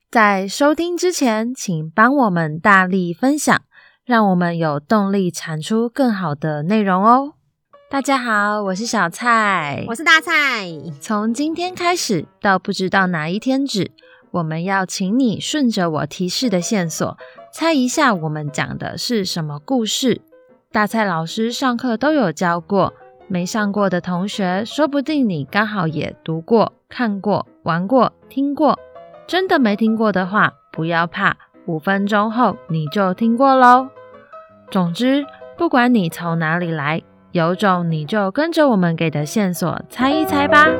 在收听之前，请帮我们大力分享，让我们有动力产出更好的内容哦。大家好，我是小蔡， 我是大蔡。 从今天开始到不知道哪一天止，我们要请你顺着我提示的线索，猜一下我们讲的是什么故事。大蔡老师上课都有教过，没上过的同学，说不定你刚好也读过、看过、玩过、听过。真的没听过的话，不要怕，5分钟后你就听过咯。总之，不管你从哪里来，有种你就跟着我们给的线索猜一猜吧。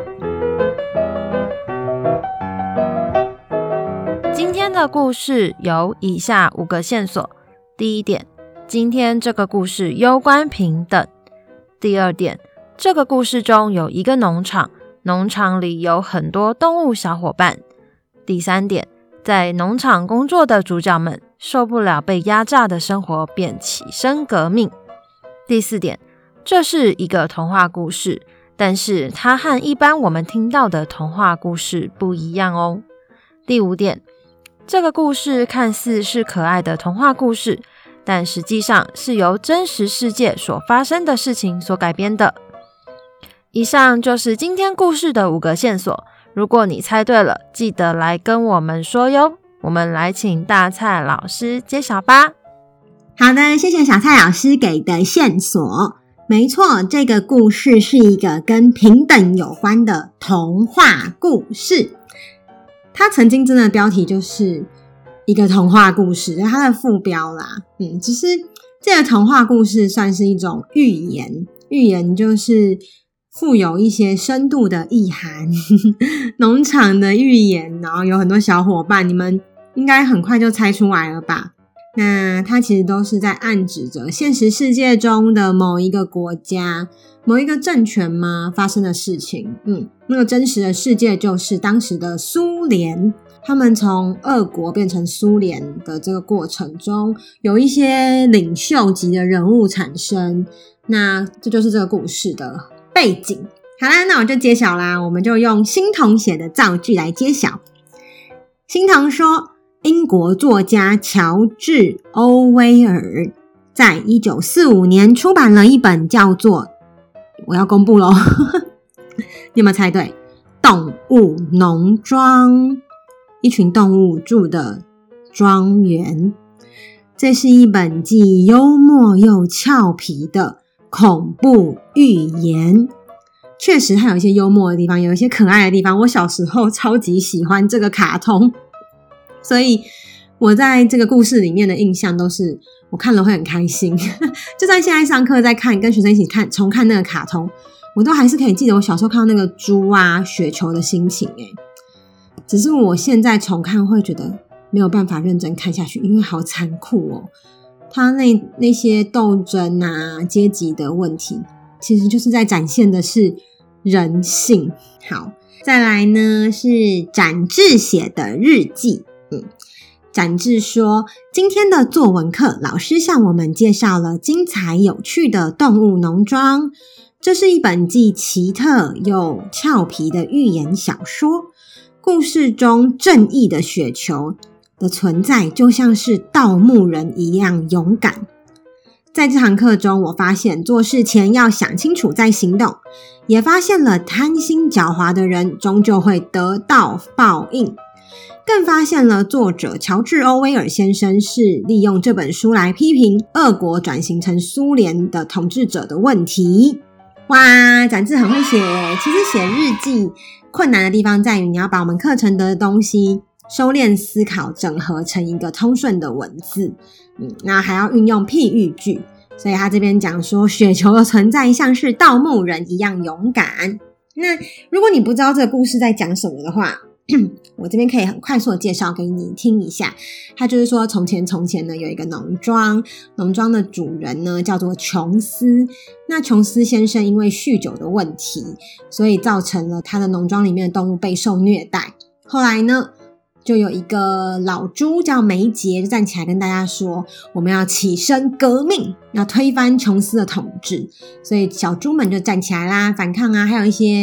今天的故事有以下5个线索。第一点，今天这个故事攸关平等。第二点，这个故事中有一个农场，农场里有很多动物小伙伴。第三点，在农场工作的主角们受不了被压榨的生活，便起身革命。第四点，这是一个童话故事，但是它和一般我们听到的童话故事不一样哦。第5点，这个故事看似是可爱的童话故事，但实际上是由真实世界所发生的事情所改编的。以上就是今天故事的5个线索，如果你猜对了，记得来跟我们说哟。我们来请大蔡老师揭晓吧。 好的，谢谢小蔡老师给的线索。没错，这个故事是一个跟平等有关的童话故事。它曾经真的标题就是一个童话故事，它的副标啦。只是这个童话故事算是一种寓言，寓言就是富有一些深度的意涵。农场的寓言，然后有很多小伙伴，你们应该很快就猜出来了吧？那它其实都是在暗指着现实世界中的某一个国家、某一个政权吗发生的事情。那个真实的世界就是当时的苏联，他们从俄国变成苏联的这个过程中，有一些领袖级的人物产生。那这就是这个故事的背景。好啦，那我就揭晓啦，我们就用欣桐写的造句来揭晓。欣桐说，英国作家乔治·欧威尔在1945年出版了一本叫做，我要公布咯你有没有猜对？动物农庄，一群动物住的庄园。这是一本既幽默又俏皮的恐怖寓言。确实它有一些幽默的地方，有一些可爱的地方。我小时候超级喜欢这个卡通，所以我在这个故事里面的印象都是我看了会很开心。就算现在上课在看，跟学生一起看重看那个卡通，我都还是可以记得我小时候看到那个猪啊雪球的心情。只是我现在重看会觉得没有办法认真看下去，因为好残酷哦。他那些斗争啊阶级的问题，其实就是在展现的是人性。好，再来呢是展志写的日记。展志说，今天的作文课老师向我们介绍了精彩有趣的动物农庄，这是一本既奇特又俏皮的寓言小说。故事中正义的雪球的存在就像是盗墓人一样勇敢。在这堂课中，我发现做事前要想清楚再行动，也发现了贪心狡猾的人终究会得到报应，更发现了作者乔治·欧威尔先生是利用这本书来批评俄国转型成苏联的统治者的问题。哇，展志很会写耶。其实写日记困难的地方在于你要把我们课程的东西收敛思考，整合成一个通顺的文字。那还要运用譬喻句，所以他这边讲说雪球的存在像是盗墓人一样勇敢。那如果你不知道这个故事在讲什么的话，我这边可以很快速的介绍给你听一下。他就是说从前呢有一个农庄，农庄的主人呢叫做琼斯。那琼斯先生因为酗酒的问题，所以造成了他的农庄里面的动物备受虐待。后来呢就有一个老猪叫梅杰就站起来跟大家说，我们要起身革命，要推翻琼斯的统治。所以小猪们就站起来啦，反抗啊，还有一些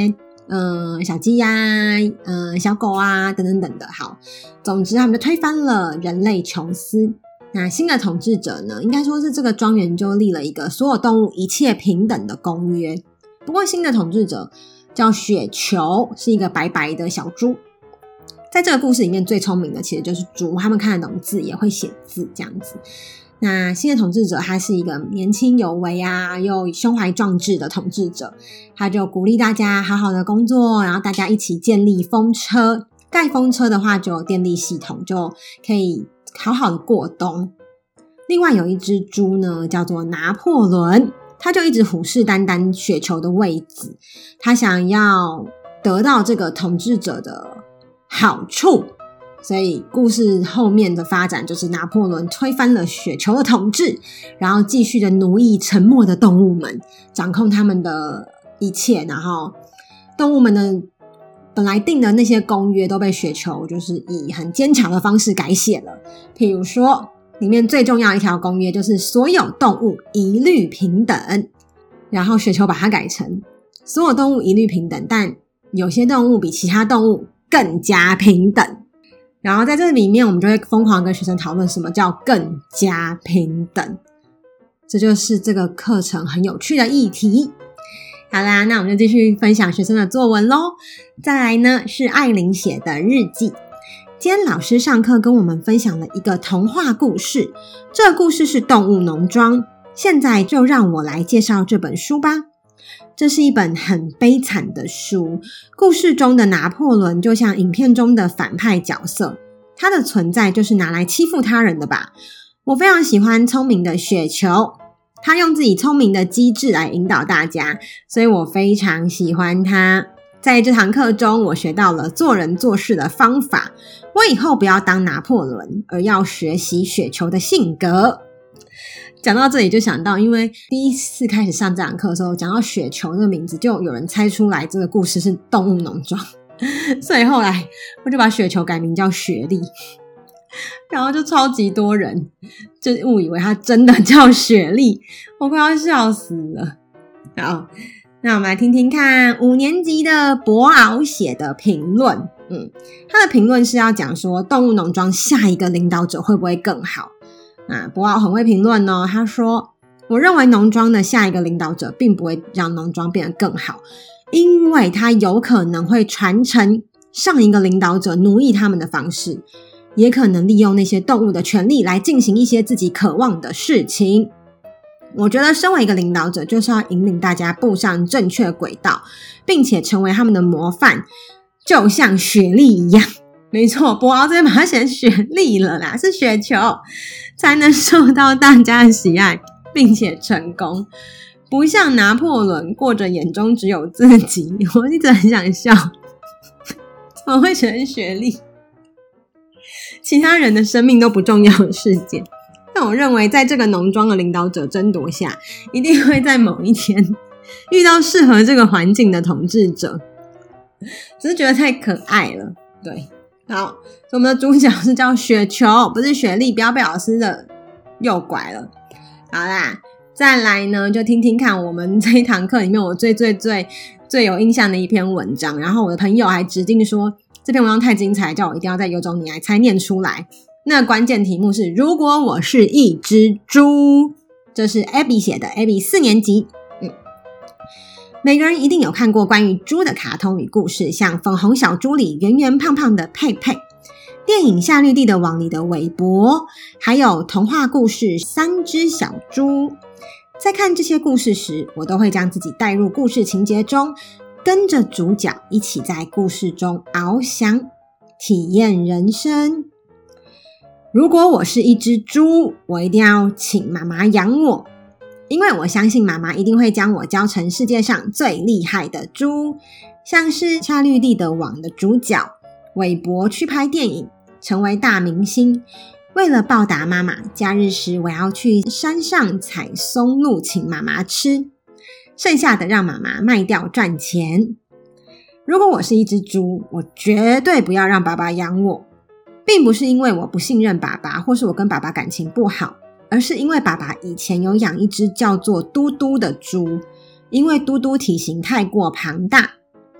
小鸡呀、小狗啊等等等的。好，总之他们就推翻了人类琼斯。那新的统治者呢，应该说是这个庄园就立了一个所有动物一切平等的公约。不过新的统治者叫雪球，是一个白白的小猪。在这个故事里面最聪明的其实就是猪，他们看得懂字，也会写字这样子。那新的统治者他是一个年轻有为啊又胸怀壮志的统治者，他就鼓励大家好好的工作，然后大家一起建立风车，盖风车的话就有电力系统，就可以好好的过冬。另外有一只猪呢叫做拿破仑，他就一直虎视眈眈雪球的位置，他想要得到这个统治者的好处，所以故事后面的发展就是拿破仑推翻了雪球的统治，然后继续的奴役沉默的动物们，掌控他们的一切，然后动物们的本来定的那些公约都被雪球就是以很坚强的方式改写了。譬如说里面最重要一条公约就是所有动物一律平等，然后雪球把它改成所有动物一律平等，但有些动物比其他动物更加平等。然后在这里面我们就会疯狂跟学生讨论什么叫更加平等，这就是这个课程很有趣的议题。好啦，那我们就继续分享学生的作文咯。再来呢是艾琳写的日记。今天老师上课跟我们分享了一个童话故事，这个故事是动物农庄。现在就让我来介绍这本书吧。这是一本很悲惨的书，故事中的拿破仑就像影片中的反派角色，他的存在就是拿来欺负他人的吧。我非常喜欢聪明的雪球，他用自己聪明的机智来引导大家，所以我非常喜欢他。在这堂课中，我学到了做人做事的方法，我以后不要当拿破仑，而要学习雪球的性格。讲到这里就想到，因为第一次开始上这堂课的时候，讲到雪球这个名字，就有人猜出来这个故事是动物农庄，所以后来我就把雪球改名叫雪莉，然后就超级多人就误以为它真的叫雪莉，我快要笑死了。好，那我们来听听看5年级的博鳌写的评论。他的评论是要讲说动物农庄下一个领导者会不会更好。博鳌很会评论哦，他说我认为农庄的下一个领导者并不会让农庄变得更好，因为他有可能会传承上一个领导者奴役他们的方式，也可能利用那些动物的权利来进行一些自己渴望的事情。我觉得身为一个领导者，就是要引领大家步上正确轨道，并且成为他们的模范，就像雪莉一样。没错，博鳌这边把它写雪莉了啦，是雪球，才能受到大家的喜爱并且成功，不像拿破仑过着眼中只有自己。我一直很想笑，怎么会选雪莉？其他人的生命都不重要的事件。但我认为在这个农庄的领导者争夺下，一定会在某一天遇到适合这个环境的统治者，只是觉得太可爱了。对，好，所以我们的主角是叫雪球，不是雪莉，不要被老师的诱拐了。好啦，再来呢就听听看我们这一堂课里面我最有印象的一篇文章，然后我的朋友还指定说这篇文章太精彩，叫我一定要在有种你来猜念出来。那关键题目是如果我是一只猪，这是 Abby 写的， Abby 4年级。每个人一定有看过关于猪的卡通与故事，像粉红小猪里圆圆胖胖的佩佩，电影夏绿蒂的网里的韦伯，还有童话故事3只小猪。在看这些故事时，我都会将自己带入故事情节中，跟着主角一起在故事中翱翔，体验人生。如果我是一只猪，我一定要请妈妈养我，因为我相信妈妈一定会将我教成世界上最厉害的猪，像是夏绿蒂的网的主角韦伯去拍电影，成为大明星。为了报答妈妈，假日时我要去山上采松露请妈妈吃，剩下的让妈妈卖掉赚钱。如果我是一只猪，我绝对不要让爸爸养我，并不是因为我不信任爸爸，或是我跟爸爸感情不好，而是因为爸爸以前有养一只叫做嘟嘟的猪，因为嘟嘟体型太过庞大，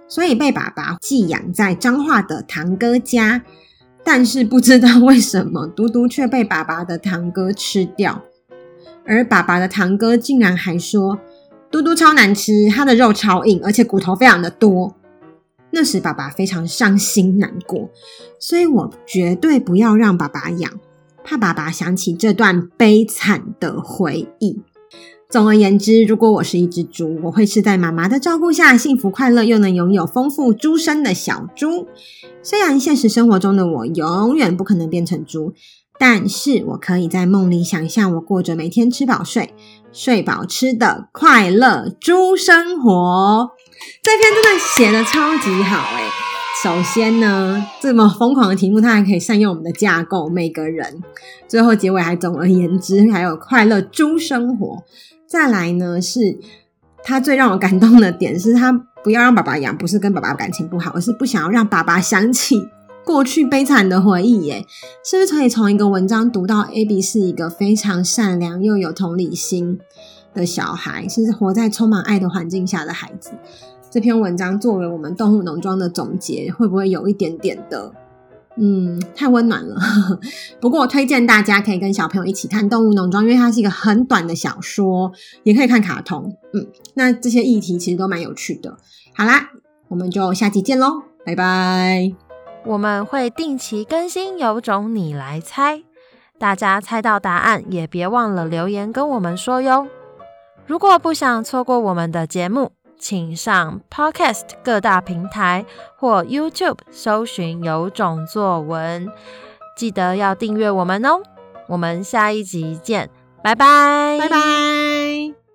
所以被爸爸寄养在彰化的堂哥家。但是不知道为什么，嘟嘟却被爸爸的堂哥吃掉，而爸爸的堂哥竟然还说嘟嘟超难吃，他的肉超硬，而且骨头非常的多。那时爸爸非常伤心难过，所以我绝对不要让爸爸养，怕爸爸想起这段悲惨的回忆。总而言之，如果我是一只猪，我会是在妈妈的照顾下幸福快乐又能拥有丰富猪生的小猪。虽然现实生活中的我永远不可能变成猪，但是我可以在梦里想象我过着每天吃饱睡，睡饱吃的快乐猪生活。这篇真的写得超级好耶。首先呢，这么疯狂的题目它还可以善用我们的架构，每个人最后结尾还总而言之还有快乐猪生活。再来呢，是他最让我感动的点是他不要让爸爸养，不是跟爸爸感情不好，而是不想要让爸爸想起过去悲惨的回忆耶。是不是可以从一个文章读到 Abby 是一个非常善良又有同理心的小孩，是活在充满爱的环境下的孩子。这篇文章作为我们动物农庄的总结，会不会有一点点的太温暖了不过我推荐大家可以跟小朋友一起看动物农庄，因为它是一个很短的小说，也可以看卡通。那这些议题其实都蛮有趣的。好啦，我们就下集见咯，拜拜。 我们会定期更新有种你来猜，大家猜到答案也别忘了留言跟我们说哟。如果不想错过我们的节目，请上 Podcast 各大平台或 YouTube 搜寻有种作文，记得要订阅我们哦。我们下一集见，拜拜， 拜拜。